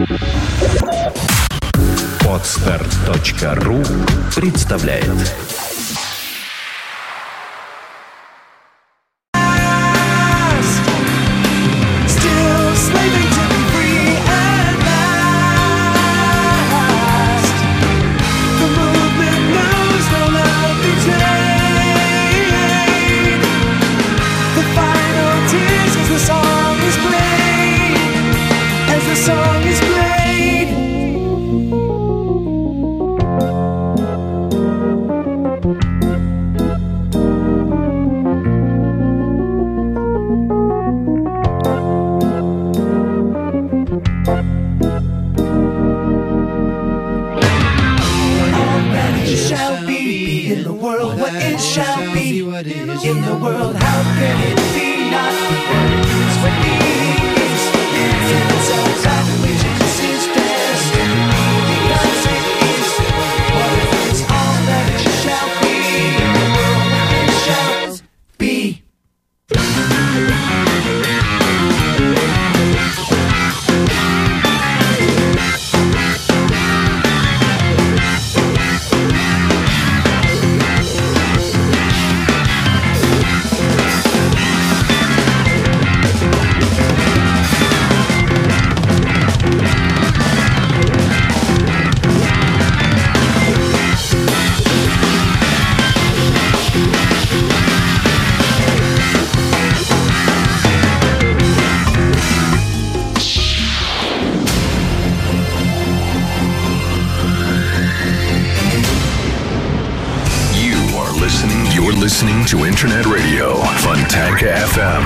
Podster.ru представляет. Listening to Internet Radio Fontanka FM.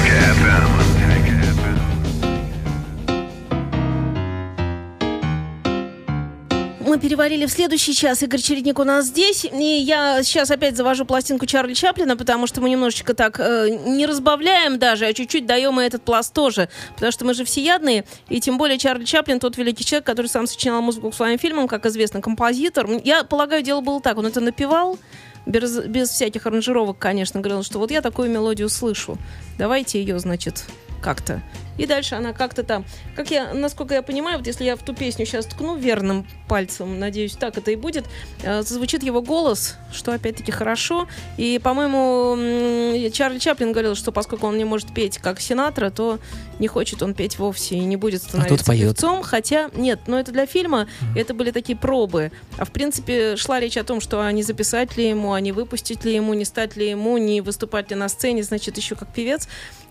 Мы перевалили в следующий час. Игорь Чередник у нас здесь. И я сейчас опять завожу пластинку Чарли Чаплина, потому что мы немножечко так не разбавляем даже, а чуть-чуть даем и этот пласт тоже. Потому что мы же всеядные. И тем более Чарли Чаплин тот великий человек, который сам сочинял музыку к своим фильмам, как известно, композитор. Я полагаю, дело было так. Он это напевал, без всяких аранжировок, конечно, говорил, что вот я такую мелодию слышу. Давайте ее, значит, как-то. И дальше она как-то там, насколько я понимаю, вот если я в ту песню сейчас ткну верным пальцем, надеюсь, так это и будет, зазвучит его голос, что опять-таки хорошо. И, по-моему, Чарли Чаплин говорил, что поскольку он не может петь как Синатра, то не хочет он петь вовсе и не будет становиться певцом. Хотя, нет, но это для фильма, это были такие пробы. А в принципе шла речь о том, что не записать ли ему, не выпустить ли ему, не стать ли ему, не выступать ли на сцене, значит, еще как певец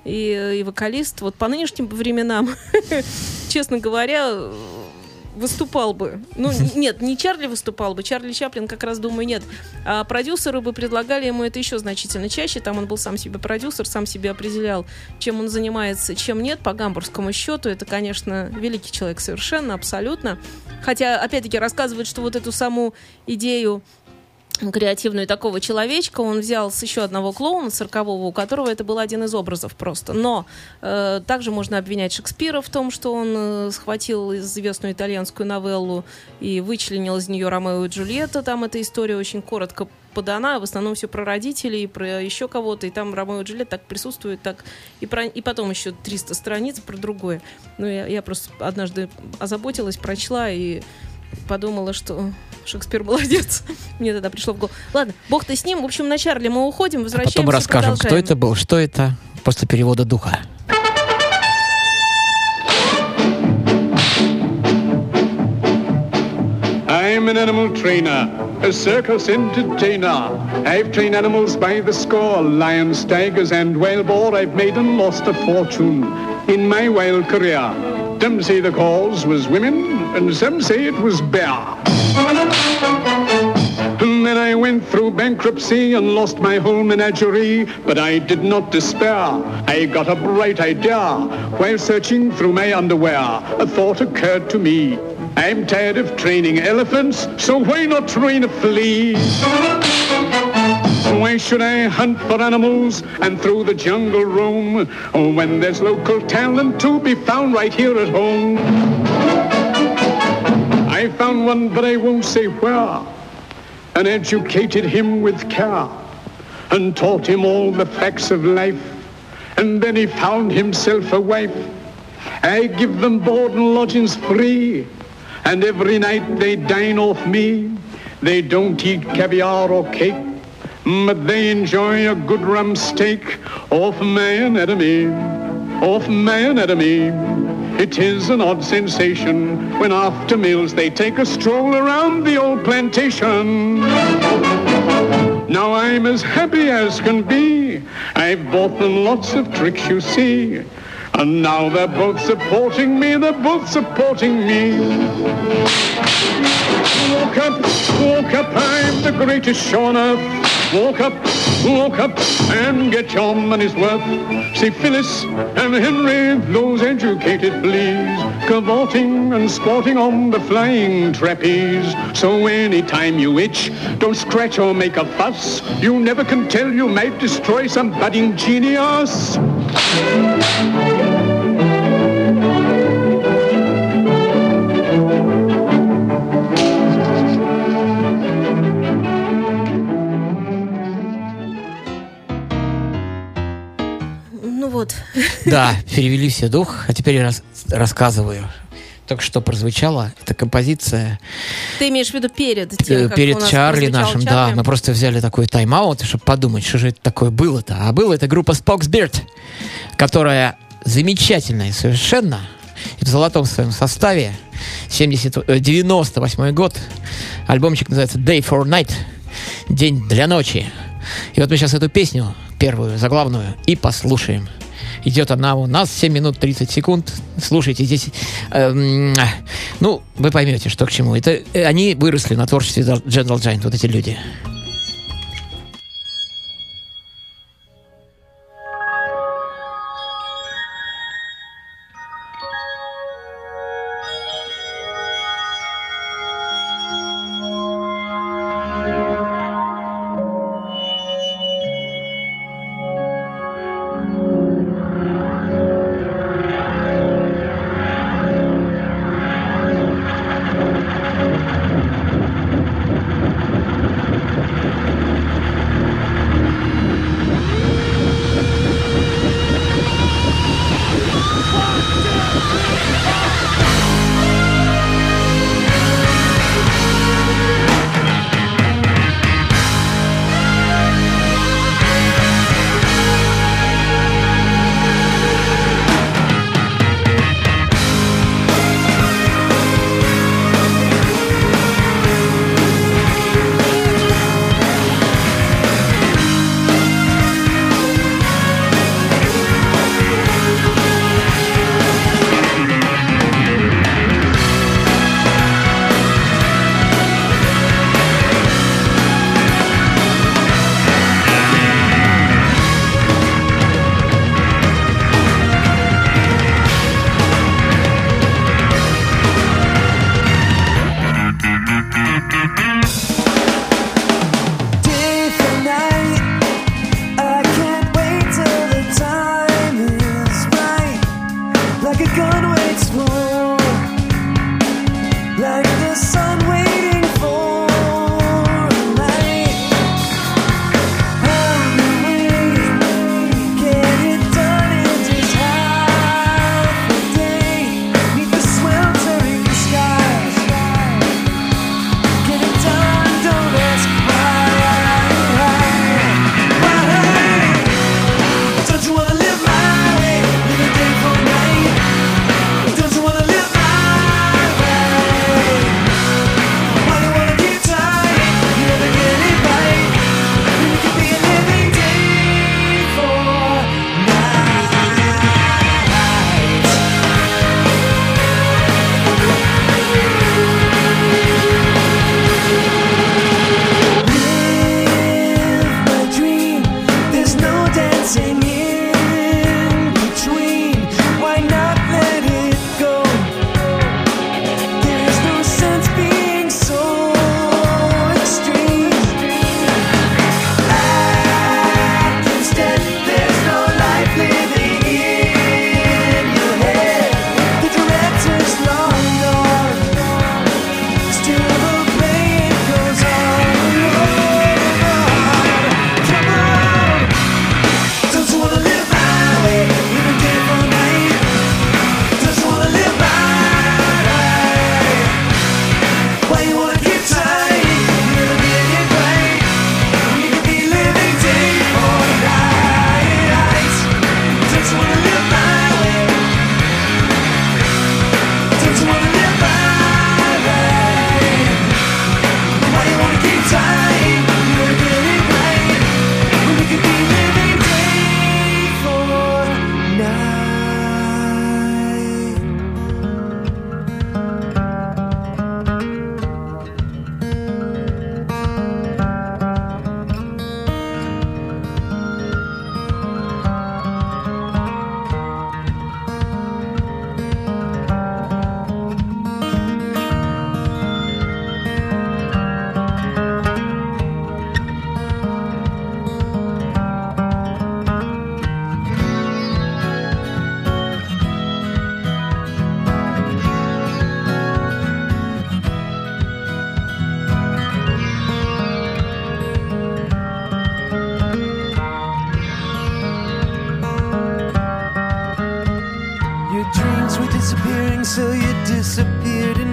и вокалист. Вот по нынешним временам, честно говоря, выступал бы. Ну, нет, не Чарли выступал бы. Чарли Чаплин как раз, думаю, нет. А продюсеры бы предлагали ему это еще значительно чаще. Там он был сам себе продюсер, сам себе определял, чем он занимается, чем нет. По гамбургскому счету это, конечно, великий человек совершенно, абсолютно. Хотя, опять-таки, рассказывают, что вот эту саму идею креативную такого человечка он взял с еще одного клоуна 40-го, у которого это был один из образов просто. Но также можно обвинять Шекспира в том, что он схватил известную итальянскую новеллу и вычленил из нее Ромео и Джульетта. Там эта история очень коротко подана, в основном все про родителей, про еще кого-то, и там Ромео и Джульетта так присутствует, так и потом еще 300 страниц про другое. Ну, я просто однажды озаботилась, прочла и подумала, что Шекспир молодец. Мне тогда пришло в голову. Ладно, бог-то с ним. В общем, на Чарли мы уходим, возвращаемся. Потом расскажем, кто это был, что это, после перевода духа. I'm an animal trainer, a circus entertainer. I've trained animals by the score, lions, tigers, and whale boar. I've made and lost a fortune in my wild career. Some say the cause was women, and some say it was bear. And then I went through bankruptcy and lost my whole menagerie, but I did not despair. I got a bright idea. While searching through my underwear, a thought occurred to me. I'm tired of training elephants, so why not train a flea? Why should I hunt for animals and through the jungle roam when there's local talent to be found right here at home? I found one, but I won't say where, and educated him with care and taught him all the facts of life. And then he found himself a wife I give them board and lodgings free, and every night they dine off me. They don't eat caviar or cake, but they enjoy a good rump steak off my anatomy, off my anatomy. It is an odd sensation when after meals they take a stroll around the old plantation. Now I'm as happy as can be. I've bought them lots of tricks, you see. And now they're both supporting me, they're both supporting me. Walk up, I'm the greatest show on earth. Walk up, and get your money's worth. See Phyllis and Henry, those educated fleas, cavorting and sporting on the flying trapeze. So anytime you itch, don't scratch or make a fuss. You never can tell, you might destroy some budding genius. Вот. Да, перевели все дух, а теперь я рассказываю. Только что прозвучала эта композиция. Ты имеешь в виду перед тем, как перед у нас Чарли нашим, Чарли? Да, мы просто взяли такой тайм-аут, чтобы подумать, что же это такое было-то. А было это группа Spoxbeard, которая замечательная совершенно, и в золотом своем составе, 98 год, альбомчик называется Day for Night, День для ночи. И вот мы сейчас эту песню, первую, заглавную, и послушаем. Идет она у нас 7 минут 30 секунд. Слушайте, здесь... ну, вы поймете, что к чему. Это они выросли на творчестве Gentle Giant, вот эти люди.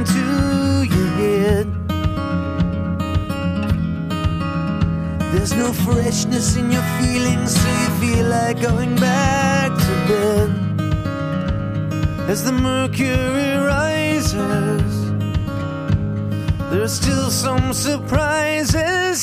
into your head. There's no freshness in your feelings, so you feel like going back to bed. As the mercury rises, there are still some surprises.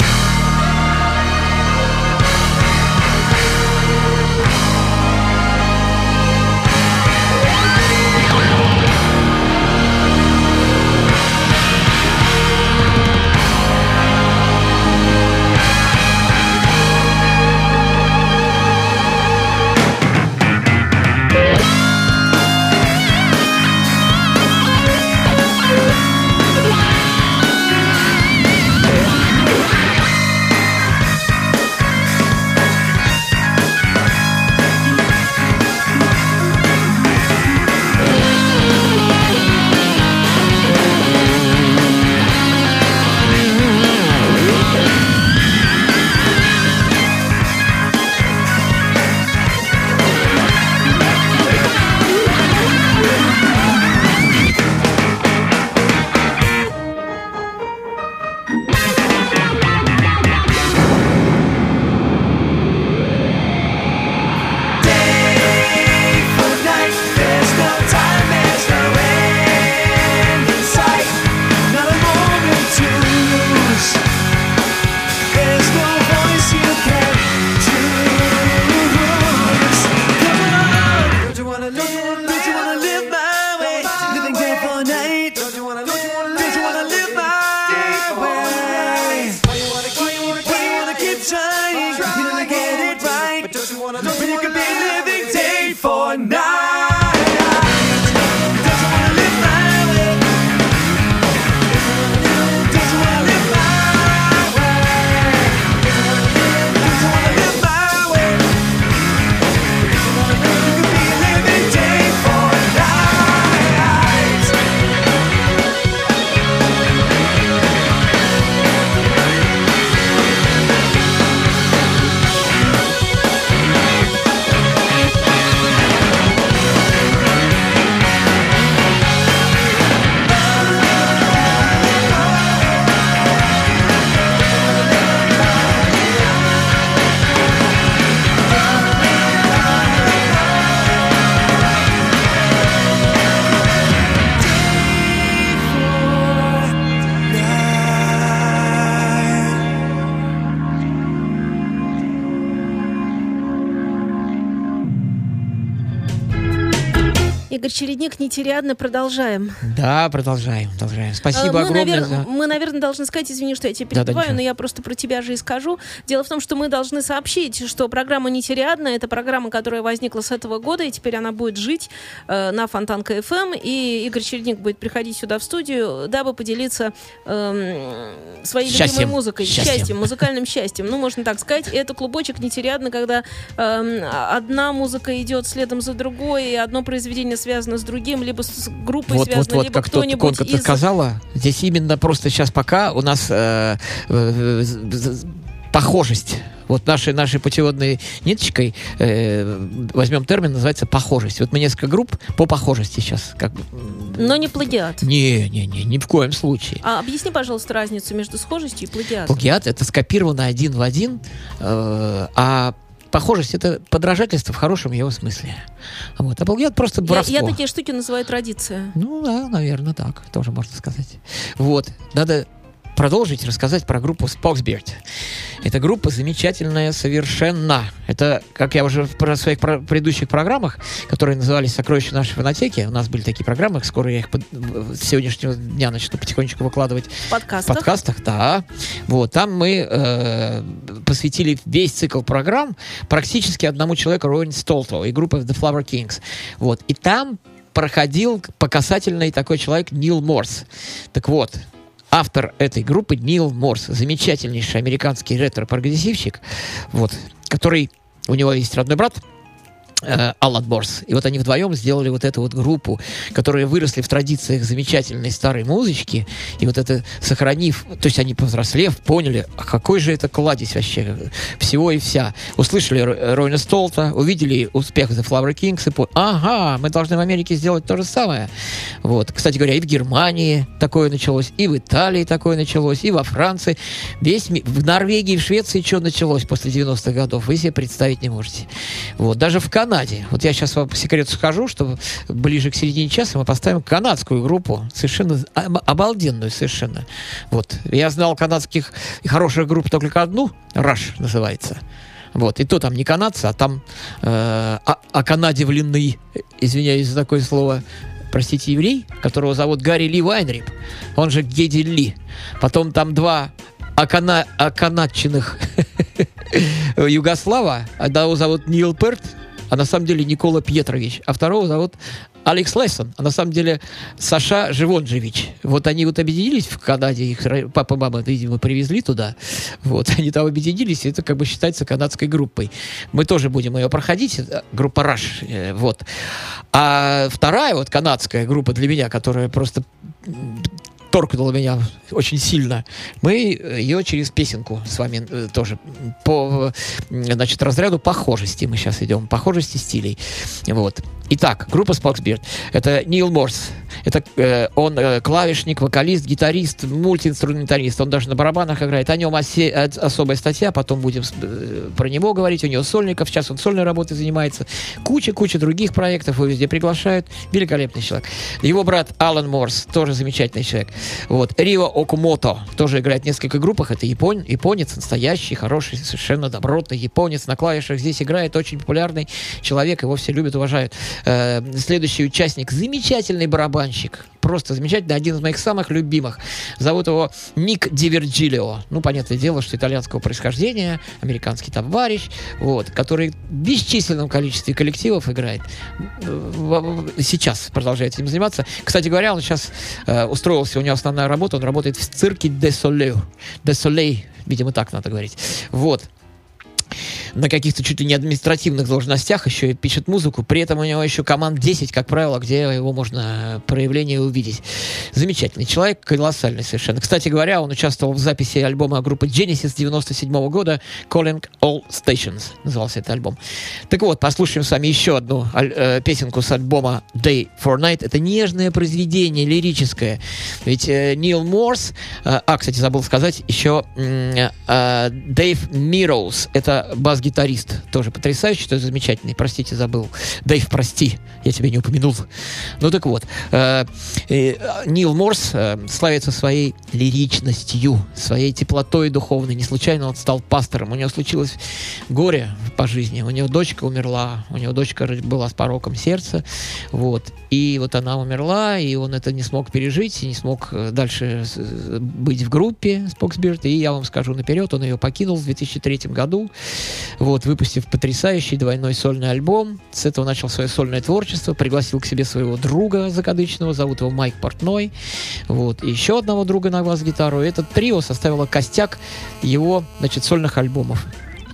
Игорь Чередник, «Нетериадно», продолжаем. Да, продолжаем. Спасибо огромное. Мы, наверное, должны сказать, извини, что я тебя перебиваю, но я просто про тебя же и скажу. Дело в том, что мы должны сообщить, что программа «Нетериадно» — это программа, которая возникла с этого года, и теперь она будет жить на Фонтанка ФМ, и Игорь Чередник будет приходить сюда в студию, дабы поделиться своей любимой музыкой, счастьем, музыкальным счастьем. Ну, можно так сказать. Это клубочек «Нетериадно», когда одна музыка идет следом за другой, и одно произведение связано с другим, либо с группой связано, либо как кто-нибудь ты сказала, здесь именно просто сейчас пока у нас похожесть. Вот нашей путеводной ниточкой возьмем термин, называется похожесть. Вот мы несколько групп по похожести сейчас. Но не плагиат. Не, ни в коем случае. А объясни, пожалуйста, разницу между схожестью и плагиатом. Плагиат — это скопировано один в один, а похожесть — это подражательство в хорошем его смысле. Вот. А плагиат — просто воровство. Я такие штуки называю традиция. Ну да, наверное, так тоже можно сказать. Вот. Надо продолжить рассказать про группу Spoxbeard. Эта группа замечательная совершенно. Это, как я уже в своих предыдущих программах, которые назывались «Сокровища нашей фонотеки», у нас были такие программы, скоро я их с сегодняшнего дня начну потихонечку выкладывать в подкастах. Да. Вот. Там мы посвятили весь цикл программ практически одному человеку, Роуэн Столту, и группе The Flower Kings. Вот. И там проходил по касательной такой человек Нил Морс. Так вот, автор этой группы Нил Морс, замечательнейший американский ретро-прогрессивщик, вот, который, у него есть родной брат, Alan Morse. И вот они вдвоем сделали вот эту вот группу, которые выросли в традициях замечательной старой музычки, и вот это сохранив, то есть они повзрослев, поняли, а какой же это кладезь вообще всего и вся. Услышали Ройна Столта, увидели успех The Flower Kings и ага, мы должны в Америке сделать то же самое. Вот. Кстати говоря, и в Германии такое началось, и в Италии такое началось, и во Франции. В Норвегии, в Швеции что началось после 90-х годов, вы себе представить не можете. Вот. Даже в Канаде. Вот я сейчас вам по секрету скажу, что ближе к середине часа мы поставим канадскую группу, совершенно обалденную совершенно. Вот. Я знал канадских хороших групп только одну, Rush называется. Вот. И то там не канадцы, а там оканадевленный, извиняюсь за такое слово, простите, еврей, которого зовут Гарри Ли Вайнрип, он же Геди Ли. Потом там два оканадченных югослава, одного зовут Нил Перт, а на самом деле Никола Пьетрович, а второго зовут Алекс Лессон, а на самом деле Саша Живонжевич. Вот они вот объединились в Канаде, их папа и мама, видимо, привезли туда. Вот, они там объединились, и это как бы считается канадской группой. Мы тоже будем ее проходить, группа Rush, вот. А вторая вот канадская группа для меня, которая просто торкнула меня очень сильно. Мы ее через песенку с вами тоже по, значит, разряду похожести мы сейчас идем, похожести стилей. Вот. Итак, группа Spoxbeard. Это Нил Морс. Это он клавишник, вокалист, гитарист, мультиинструменталист. Он даже на барабанах играет. О нем особая статья, потом будем про него говорить. У него сольников. Сейчас он сольной работой занимается. Куча других проектов. Его везде приглашают. Великолепный человек. Его брат Алан Морс, тоже замечательный человек. Вот. Рио Окумото тоже играет в нескольких группах. Это японец, настоящий, хороший, совершенно добротный японец. На клавишах здесь играет, очень популярный человек. Его все любят, уважают. Следующий участник, замечательный барабанщик, просто замечательный, один из моих самых любимых. Зовут его Ник Дивергилио. Ну, понятное дело, что итальянского происхождения, американский товарищ, вот, который в бесчисленном количестве коллективов играет. Сейчас продолжает этим заниматься. Кстати говоря, он сейчас устроился, у него основная работа, он работает в цирке де Солей, видимо, так надо говорить. Вот. На каких-то чуть ли не административных должностях еще и пишет музыку. При этом у него еще команд 10, как правило, где его можно проявление увидеть. Замечательный человек, колоссальный совершенно. Кстати говоря, он участвовал в записи альбома группы Genesis 97 года «Calling All Stations» назывался этот альбом. Так вот, послушаем с вами еще одну песенку с альбома «Day for Night». Это нежное произведение, лирическое. Ведь Нил Морс, кстати, забыл сказать, еще Дэйв Мироуз, это бас-гитарист, тоже потрясающий, тоже замечательный. Простите, забыл. Дэйв, прости, я тебя не упомянул. Ну так вот, Нил Морс славится своей лиричностью, своей теплотой духовной. Не случайно он стал пастором. У него случилось горе по жизни. У него дочка умерла, у него дочка была с пороком сердца. Вот. И вот она умерла, и он это не смог пережить, и не смог дальше быть в группе Spoxbeard. И я вам скажу наперед, он ее покинул в 2003 году. Вот, выпустив потрясающий двойной сольный альбом. С этого начал свое сольное творчество. Пригласил к себе своего друга закадычного, зовут его Майк Портной. Вот, и еще одного друга на бас-гитару. Этот трио составило костяк его, значит, сольных альбомов.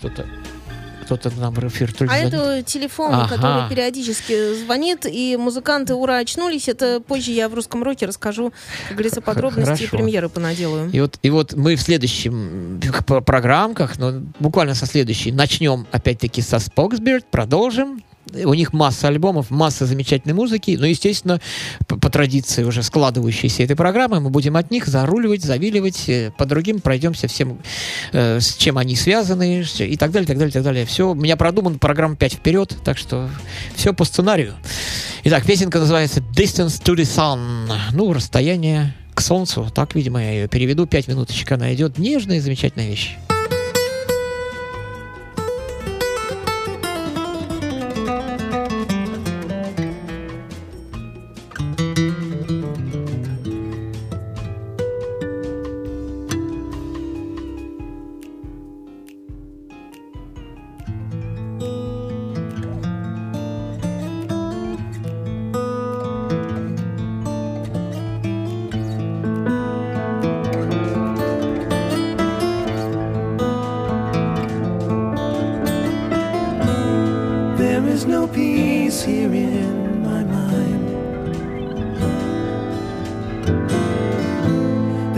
Кто-то нам в эфир звонит. Это телефон, который периодически звонит, и музыканты ура очнулись. Это позже я в русском роке расскажу, как говорится, подробности и премьеры понаделаю. И вот мы в следующих программках, буквально со следующей, начнем опять-таки со Spoxbeard, продолжим. У них масса альбомов, масса замечательной музыки, но, естественно, по традиции уже складывающейся этой программы, мы будем от них заруливать, завиливать, по другим пройдемся всем, с чем они связаны, и так далее, так далее, так далее. Все, у меня продумана программа 5 вперед, так что все по сценарию. Итак, песенка называется «Distance to the Sun», ну, расстояние к солнцу, так, видимо, я ее переведу, 5 минуточек она идет, нежная и замечательная вещь.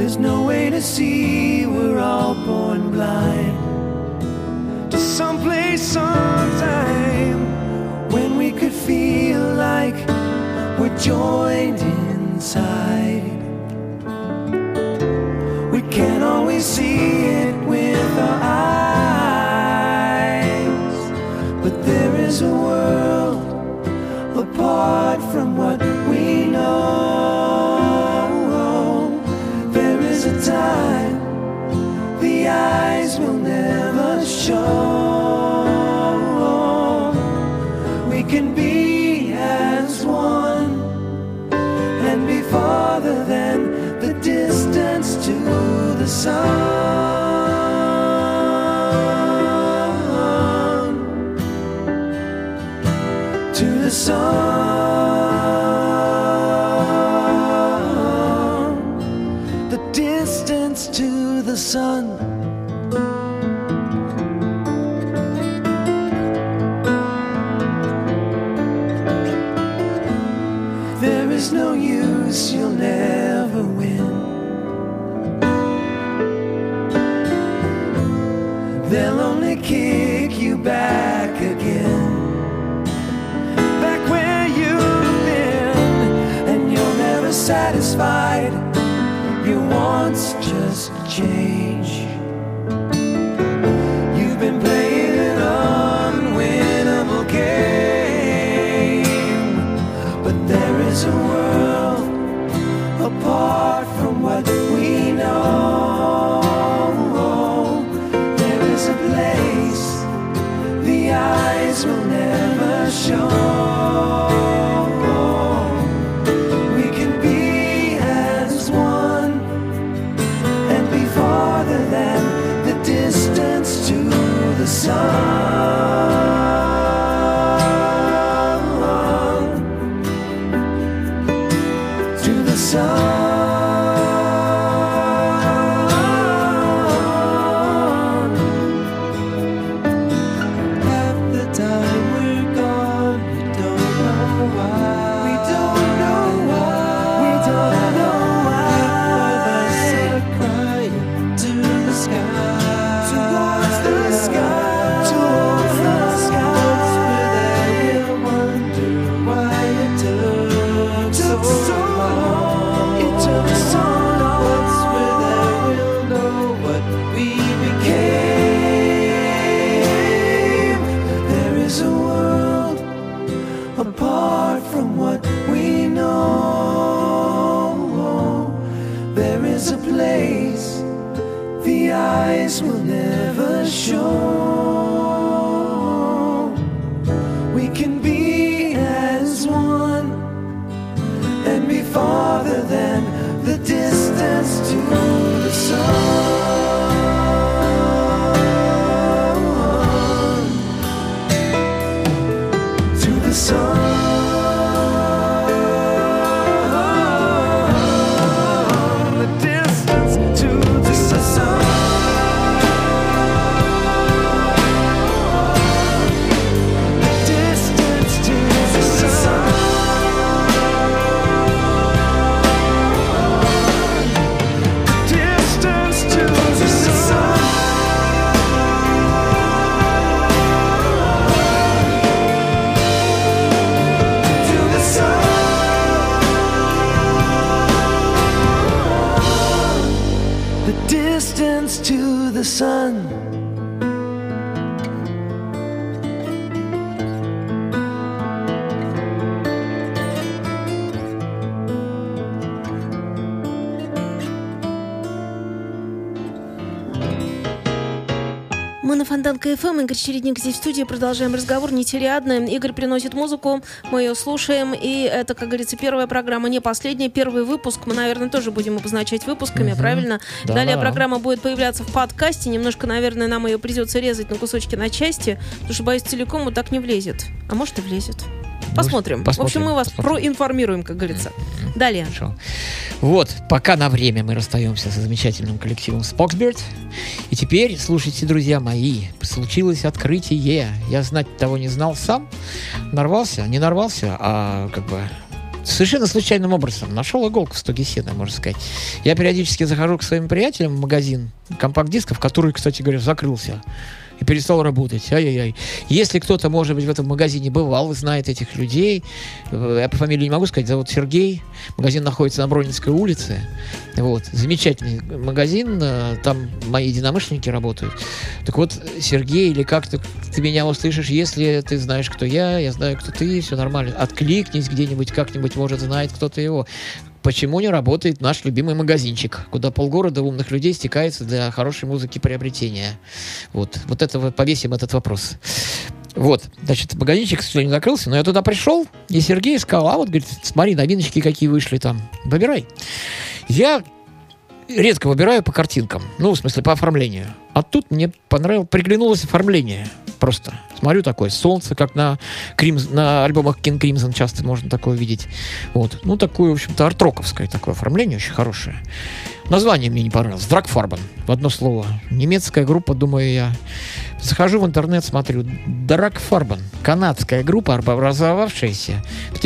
There's no way to see, we're all born blind to someplace, sometime when we could feel like we're joined inside. We can't always see it with our eyes, but there is a world apart from what we know. There is a time the eyes will never show. We can be as one and be farther than the distance to the sun, to the sun, the distance to the sun. There is no use, you'll never win. They'll only kick you back again, back where you've been, and you're never satisfied. Your wants just change. You've been playing an unwinnable game, but there is a world apart from what we know. There is a place the eyes will never show. We can be as one and be farther than the distance to the sun, to the sun. Half the time we're gone, we don't know why. We don't know why. We don't know why. Mothers are crying to the sky, towards the sky, towards the sky. Once we're there, we'll wonder why it took so long. It took so long. Once we're there, we'll know what we became. There is a world apart from what we know. There is a place the eyes will never show. We can be as one and be farther than the distance to the sun, to the sun, the distance to the sun, the distance to the sun, the distance to the sun. To the sun, the distance to the sun. Мы на Фонтанка ФМ, Игорь Чередник здесь в студии, продолжаем разговор нетелеадный. Игорь приносит музыку, мы ее слушаем, и это, как говорится, первая программа, не последняя, первый выпуск. Мы, наверное, тоже будем обозначать выпусками, правильно? Да. Далее программа будет появляться в подкасте, немножко, наверное, нам ее придется резать на кусочки, на части, потому что, боюсь, целиком вот так не влезет. А может и влезет. Посмотрим. В общем, мы вас проинформируем, как говорится. Далее. Хорошо. Вот, пока на время мы расстаемся со замечательным коллективом Spoxbird. И теперь, слушайте, друзья мои, случилось открытие. Я знать того не знал сам. Не нарвался, а как бы совершенно случайным образом нашел иголку в стоге сена, можно сказать. Я периодически захожу к своим приятелям в магазин компакт-дисков, который, кстати говоря, закрылся и перестал работать. Ай-яй-яй. Если кто-то, может быть, в этом магазине бывал и знает этих людей, я по фамилии не могу сказать, зовут Сергей. Магазин находится на Бронинской улице. Вот. Замечательный магазин. Там мои единомышленники работают. Так вот, Сергей, или как ты меня услышишь, если ты знаешь, кто я знаю, кто ты, все нормально. Откликнись где-нибудь, как-нибудь, может, знает кто-то его. Почему не работает наш любимый магазинчик, куда полгорода умных людей стекается для хорошей музыки приобретения? Вот это повесим этот вопрос. Вот, значит, магазинчик, к сожалению, закрылся, но я туда пришел, и Сергей сказал, говорит, смотри, новиночки какие вышли там, выбирай. Я редко выбираю по картинкам, в смысле, по оформлению. А тут мне приглянулось оформление. Просто смотрю, такое солнце, как на альбомах King Crimson часто можно такое видеть. Вот. Такое, в общем-то, арт-роковское такое оформление, очень хорошее. Название мне не понравилось. Драгфарбен, в одно слово. Немецкая группа, думаю я. Захожу в интернет, смотрю. Драгфарбен, канадская группа, образовавшаяся в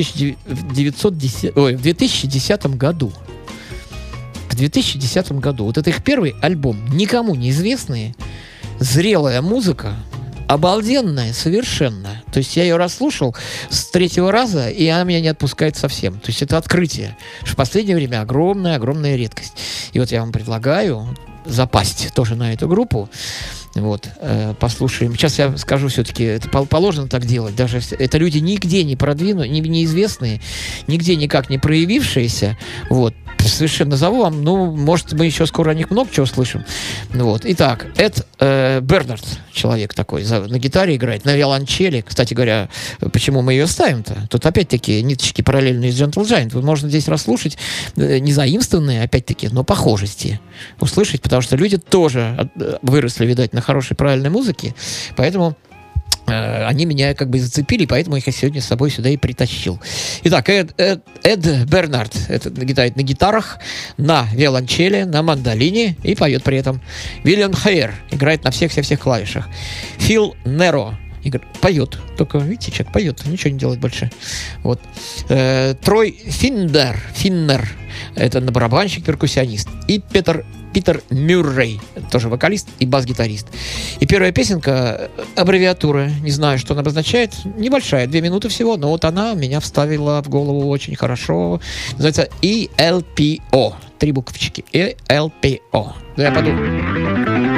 2010 году. В 2010 году. Вот это их первый альбом. Никому неизвестные. Зрелая музыка. Обалденная совершенно. То есть я ее расслушал с 3-го раза, и она меня не отпускает совсем. То есть это открытие. Что в последнее время огромная редкость. И вот я вам предлагаю запасть тоже на эту группу. Вот, послушаем. Сейчас я скажу все-таки, это положено так делать. Даже это люди нигде не неизвестные, нигде никак не проявившиеся. Вот. Совершенно назову вам, может, мы еще скоро о них много чего слышим. Вот. Итак, Эд Бернард, человек такой, на гитаре играет, на виолончели. Кстати говоря, почему мы ее ставим-то? Тут опять-таки ниточки параллельные с Gentle Giant. Можно здесь расслушать не заимствованные, опять-таки, но похожести услышать, потому что люди тоже выросли, видать, на хорошей, правильной музыке, поэтому они меня как бы зацепили, поэтому я их сегодня с собой сюда и притащил. Итак, Эд Бернард это играет на гитарах, на виолончели, на мандолине и поет при этом. Вильям Хайер играет на всех-всех клавишах. Фил Неро поет, только, видите, человек поет, ничего не делает больше. Вот. Трой Финнер, это барабанщик, перкуссионист. И Питер Мюррей, тоже вокалист и бас-гитарист. И первая песенка, аббревиатура, не знаю, что она обозначает, небольшая, 2 минуты всего, но вот она меня вставила в голову очень хорошо. Называется ELPO. 3 буквочки. ELPO. Да, я подумаю.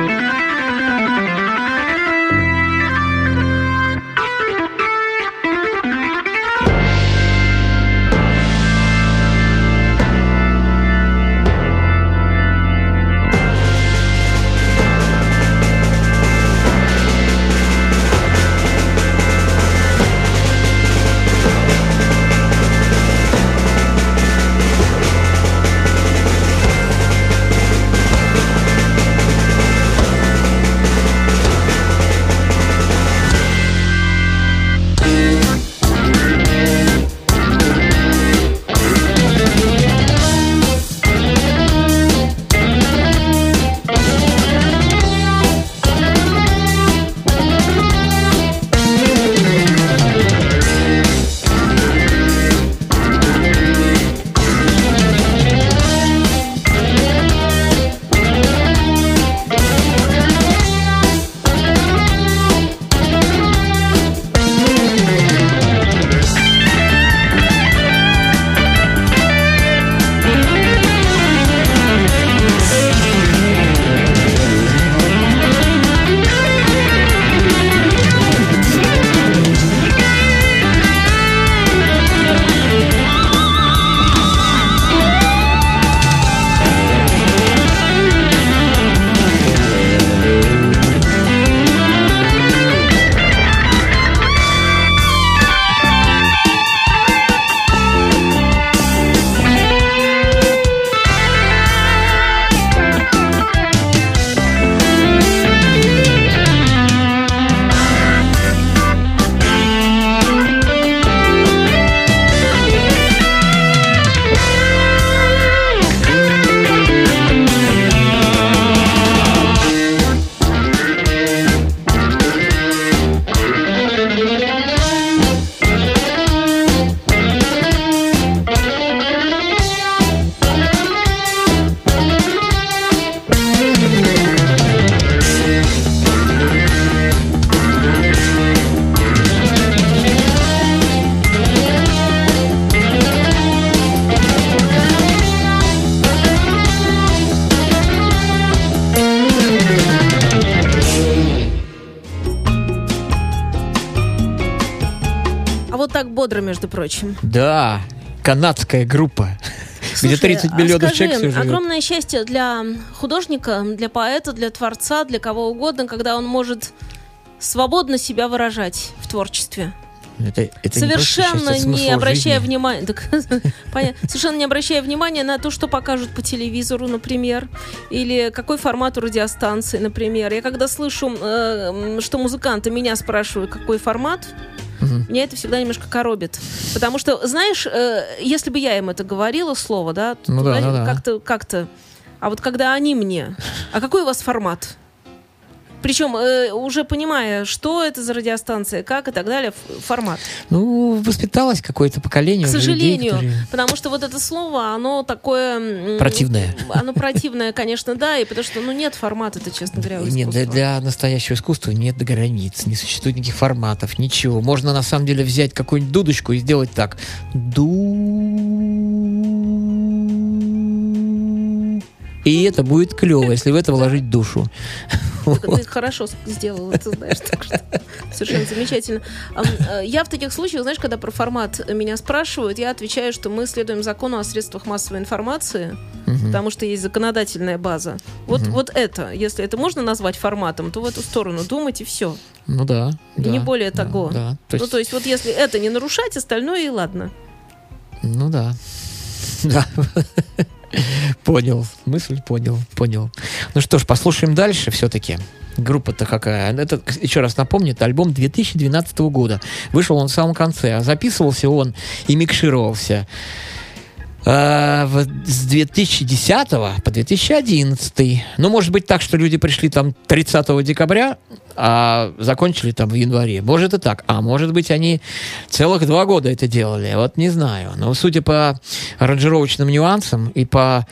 Одра, между прочим. Да, канадская группа, где 30 миллионов человек всё живет. Огромное счастье для художника, для поэта, для творца, для кого угодно, когда он может свободно себя выражать в творчестве. Это Совершенно не не обращая внимания, совершенно не обращая внимания на то, что покажут по телевизору, например, или какой формат у радиостанции, например. Я когда слышу, что музыканты меня спрашивают, какой формат, меня это всегда немножко коробит. Потому что, знаешь, если бы я им это говорила, слово, да, как-то. А вот когда они мне, а какой у вас формат? Причем уже понимая, что это за радиостанция, как и так далее, формат. Ну, воспиталось какое-то поколение. К сожалению, людей, потому что вот это слово, оно такое... Противное. Оно противное, конечно, да, и потому что, нет формата-то, честно говоря, у искусства. Нет, для настоящего искусства нет границ, не существует никаких форматов, ничего. Можно, на самом деле, взять какую-нибудь дудочку и сделать так. И это будет клево, если в это вложить душу. Ты хорошо сделал, ты знаешь, так что совершенно замечательно. Я в таких случаях, знаешь, когда про формат меня спрашивают, я отвечаю, что мы следуем закону о средствах массовой информации, потому что есть законодательная база. Вот это, если это можно назвать форматом, то в эту сторону думать, и все. Ну да. И не более того. Да. То есть вот если это не нарушать, остальное и ладно. Ну да. Да. Понял. Мысль понял. Ну что ж, послушаем дальше все-таки. Группа-то какая? Это, еще раз напомню, это альбом 2012 года. Вышел он в самом конце, а записывался он и микшировался с 2010 по 2011. Ну, может быть так, что люди пришли там 30 декабря, а закончили там в январе. Может и так. А может быть, они целых 2 года это делали. Вот не знаю. Но судя по аранжировочным нюансам и по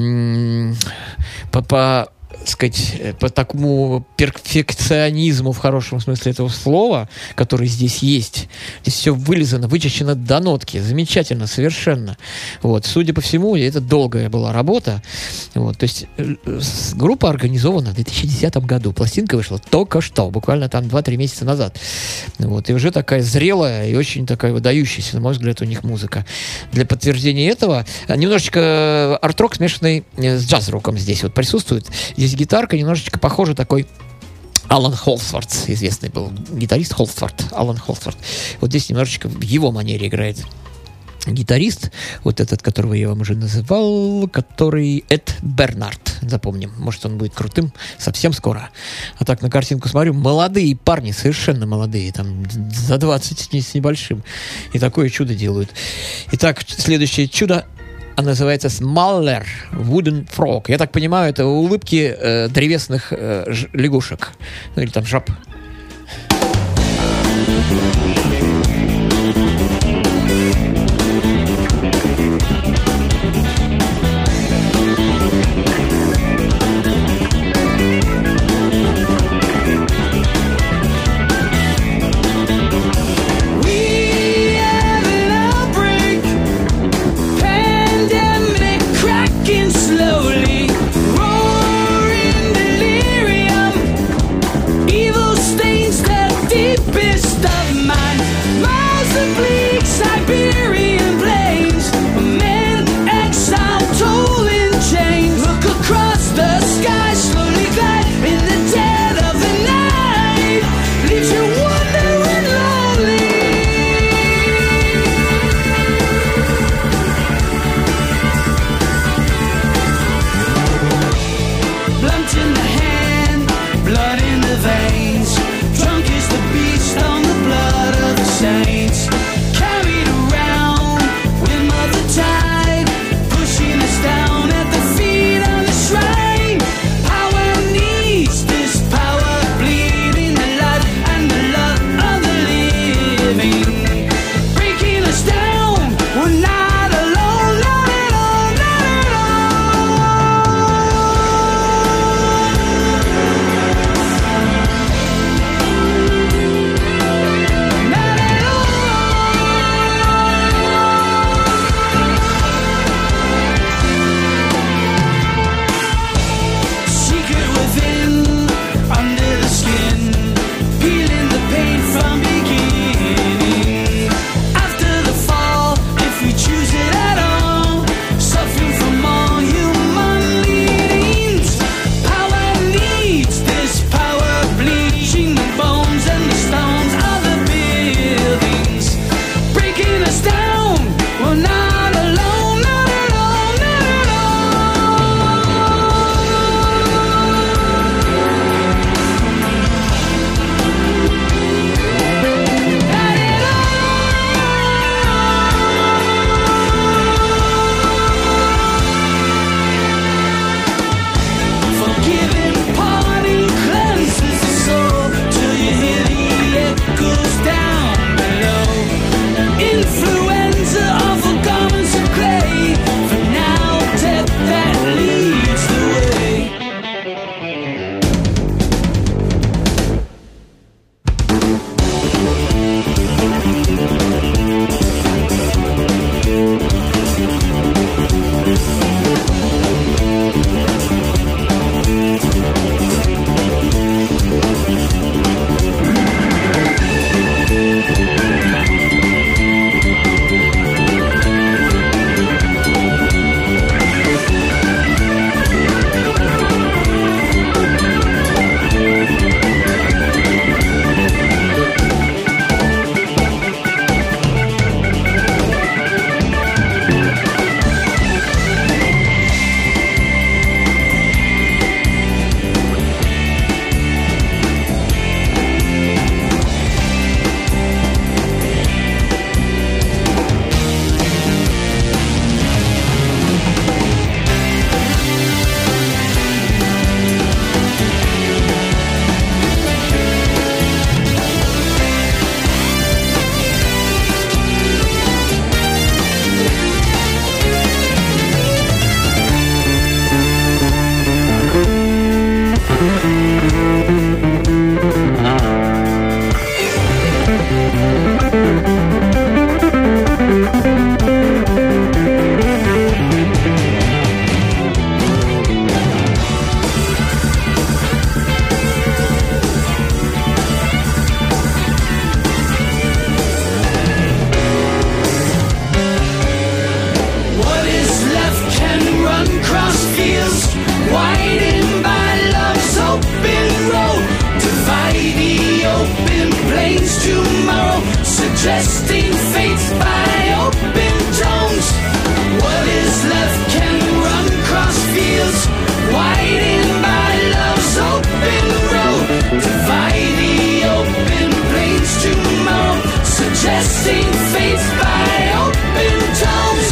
сказать, по такому перфекционизму в хорошем смысле этого слова, который здесь есть. Здесь все вылизано, вычищено до нотки. Замечательно, совершенно. Вот. Судя по всему, это долгая была работа. Вот. То есть группа организована в 2010 году. Пластинка вышла только что, буквально там 2-3 месяца назад. Вот. И уже такая зрелая и очень такая выдающаяся, на мой взгляд, у них музыка. Для подтверждения этого немножечко арт-рок, смешанный с джаз-роком здесь вот присутствует. Здесь гитарка немножечко похожа такой Алан Холсворт, известный был гитарист Алан Холсворт. Вот здесь немножечко в его манере играет гитарист, вот этот, которого я вам уже называл, который Эд Бернард, запомним. Может, он будет крутым совсем скоро. А так на картинку смотрю, молодые парни, совершенно молодые, там за 20 с небольшим. И такое чудо делают. Итак, следующее чудо называется Smaller Wooden Frog. Я так понимаю, это улыбки древесных лягушек. Ну или там жаб. Evil stains the deepest of mine. suggesting fates by open tones. What is left can run cross fields, widened by love's open road. Divide the open plains tomorrow, suggesting fates by open tones.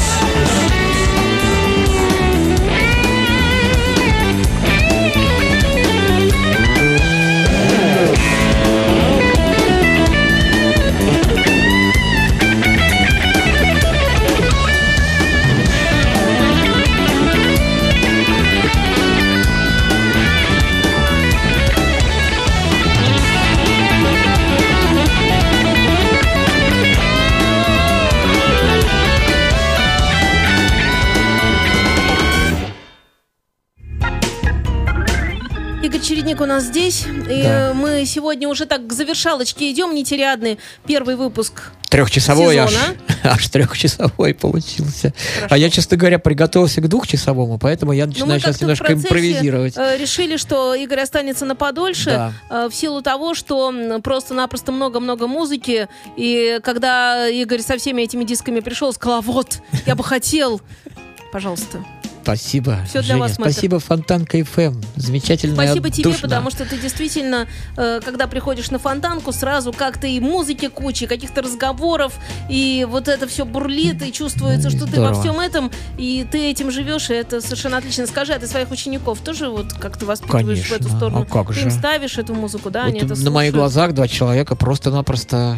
Игорь Чередник у нас здесь, и Да. мы сегодня уже так к завершалочке идем, нетериадный первый выпуск. Трехчасовой сезона. аж трехчасовой получился. Хорошо. А я, честно говоря, приготовился к двухчасовому, поэтому я Но начинаю мы сейчас как-то в немножко процессе, импровизировать. решили, что Игорь останется на подольше, Да. в силу того, что просто-напросто много-много музыки, и когда Игорь со всеми этими дисками пришел, сказал: вот, я бы хотел, пожалуйста. Спасибо, Всё для Женя. вас, мэтр. Спасибо, Фонтанка FM. Замечательно. Спасибо тебе, душно. потому что ты действительно, когда приходишь на Фонтанку, сразу как-то и музыки куча, и каких-то разговоров, и вот это все бурлит, и чувствуется, что ты во Здорово. всем этом, и ты этим живешь, и это совершенно отлично. Скажи, а ты своих учеников тоже вот как-то воспитываешь в эту Конечно. сторону? А как Ты же? им ставишь эту музыку, да, Вот они это на слушают? моих глазах 2 человека просто-напросто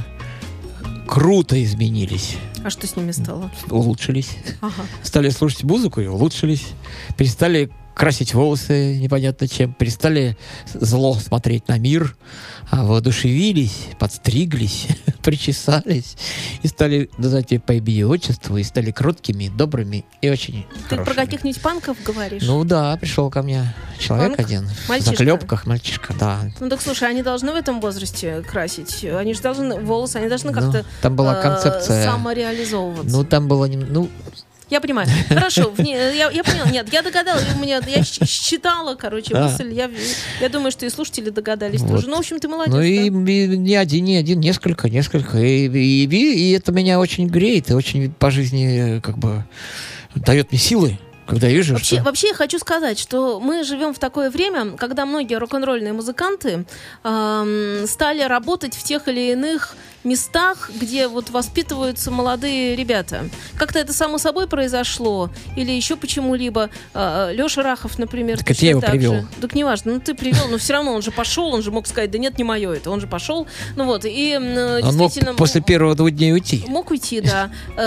круто изменились. А что с ними стало? Улучшились. Ага. Стали слушать музыку и улучшились. Перестали красить волосы непонятно чем. Перестали зло смотреть на мир. А воодушевились, подстриглись, причесались. И стали называть тебя по имени и отчеству. И стали кроткими, добрыми и очень Ты хорошими. про каких-нибудь панков говоришь? Ну да, пришел ко мне человек Панк? один. Мальчишка? В заклепках, мальчишка, да. Ну так слушай, они должны в этом возрасте красить? Они же должны волосы, они должны Ну, как-то там была концепция. самореализовываться. Ну, там было... Я понимаю. Хорошо, я поняла. Нет, я догадалась. Я считала, короче, А. мысль. Я думаю, что и слушатели догадались Вот. тоже. Ну, в общем, ты молодец. Ну и да. не один, несколько. И это меня очень греет и очень по жизни как бы дает мне силы, когда я вижу, что... Вообще я хочу сказать, что мы живем в такое время, когда многие рок-н-ролльные музыканты стали работать в тех или иных местах, где вот воспитываются молодые ребята. Как-то это само собой произошло? Или еще почему-либо? Леша Рахов, например, Так это точно я его так привел. же. Так неважно, ну ты привел, но все равно он же пошел, он же мог сказать: да нет, не мое это, он же пошел. Ну вот, и Он мог действительно... после первого 2 дней уйти. Мог уйти, да.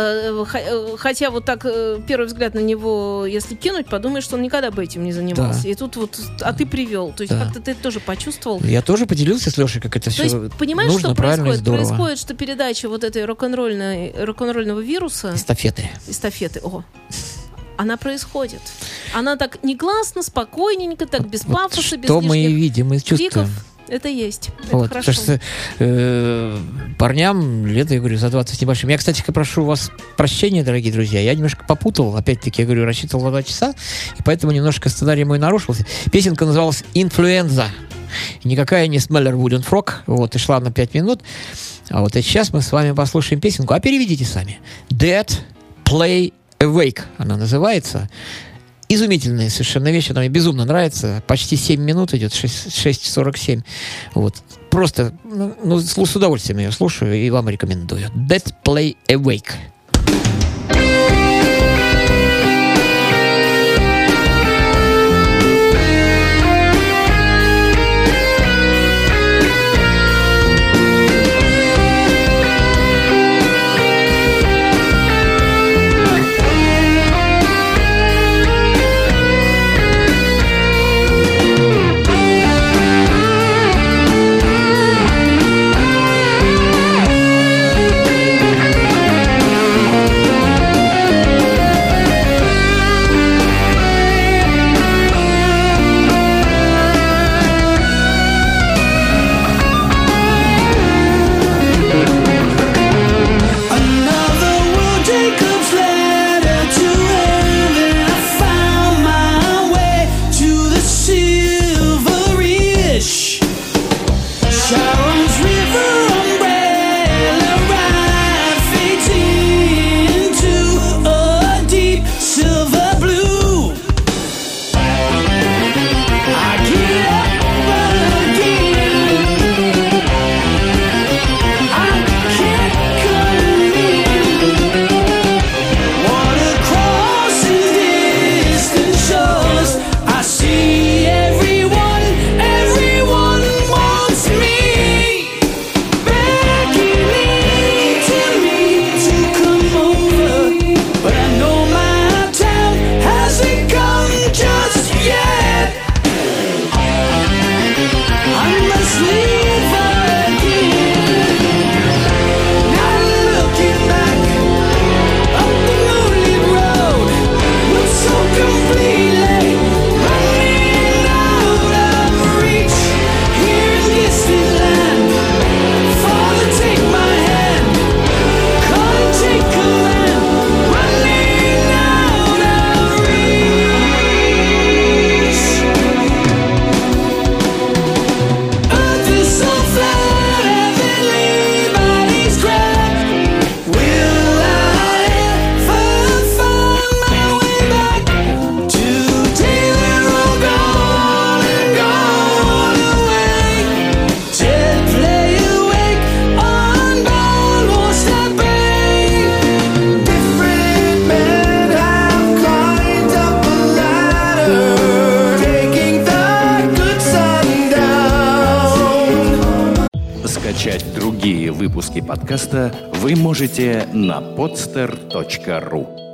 Хотя вот так первый взгляд на него, если кинуть, подумаешь, что он никогда бы этим не занимался. Да. И тут вот, а ты привел. То есть Да. как-то ты это тоже почувствовал. Я тоже поделился с Лешей, как это То все есть, понимаешь, нужно, что правильно и происходит? здорово. Происходит, что передача вот этой рок-н-ролльного вируса, Эстафеты. эстафеты, она происходит. Она так негласно, спокойненько, так без пафоса, без Что мы и лишних видим и криков. чувствуем. Это есть. Это Вот, хорошо. потому что парням лет, я говорю, за 20 с небольшим. Я, кстати, прошу вас прощения, дорогие друзья. Я немножко попутал. Опять-таки, я говорю, рассчитывал на 2 часа, и поэтому немножко сценарий мой нарушился. Песенка называлась «Инфлюенза». Никакая не «Smeller Wooden Frog». Вот, и шла на 5 минут. А вот и сейчас мы с вами послушаем песенку. А переведите сами. «Dead Play Awake» она называется. Изумительная совершенно вещь, она мне безумно нравится. Почти 7 минут идет, 6:47. Вот. Просто, с удовольствием ее слушаю и вам рекомендую. Dead Play Awake. Dead Скачать другие выпуски подкаста вы можете на podster.ru.